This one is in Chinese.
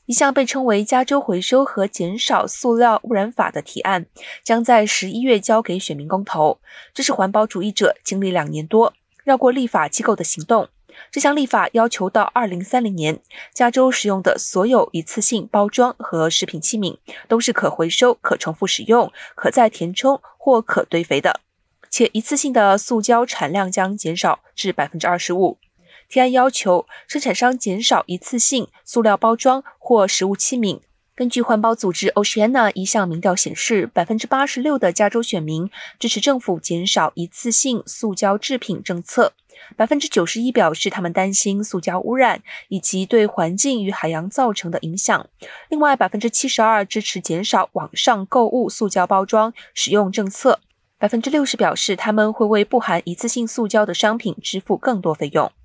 一项被称为加州回收和减少塑料污染法的提案，将在11月交给选民公投。这是环保主义者经历2年多绕过立法机构的行动。这项立法要求到2030年，加州使用的所有一次性包装和食品器皿都是可回收、可重复使用、可再填充或可堆肥的，且一次性的塑胶产量将减少至 25%。提案要求生产商减少一次性塑料包装或食物器皿。根据环保组织 Oceana 一项民调显示，86%的加州选民支持政府减少一次性塑胶制品政策，91%表示他们担心塑胶污染以及对环境与海洋造成的影响。另外，72%支持减少网上购物塑胶包装使用政策，60%表示他们会为不含一次性塑胶的商品支付更多费用。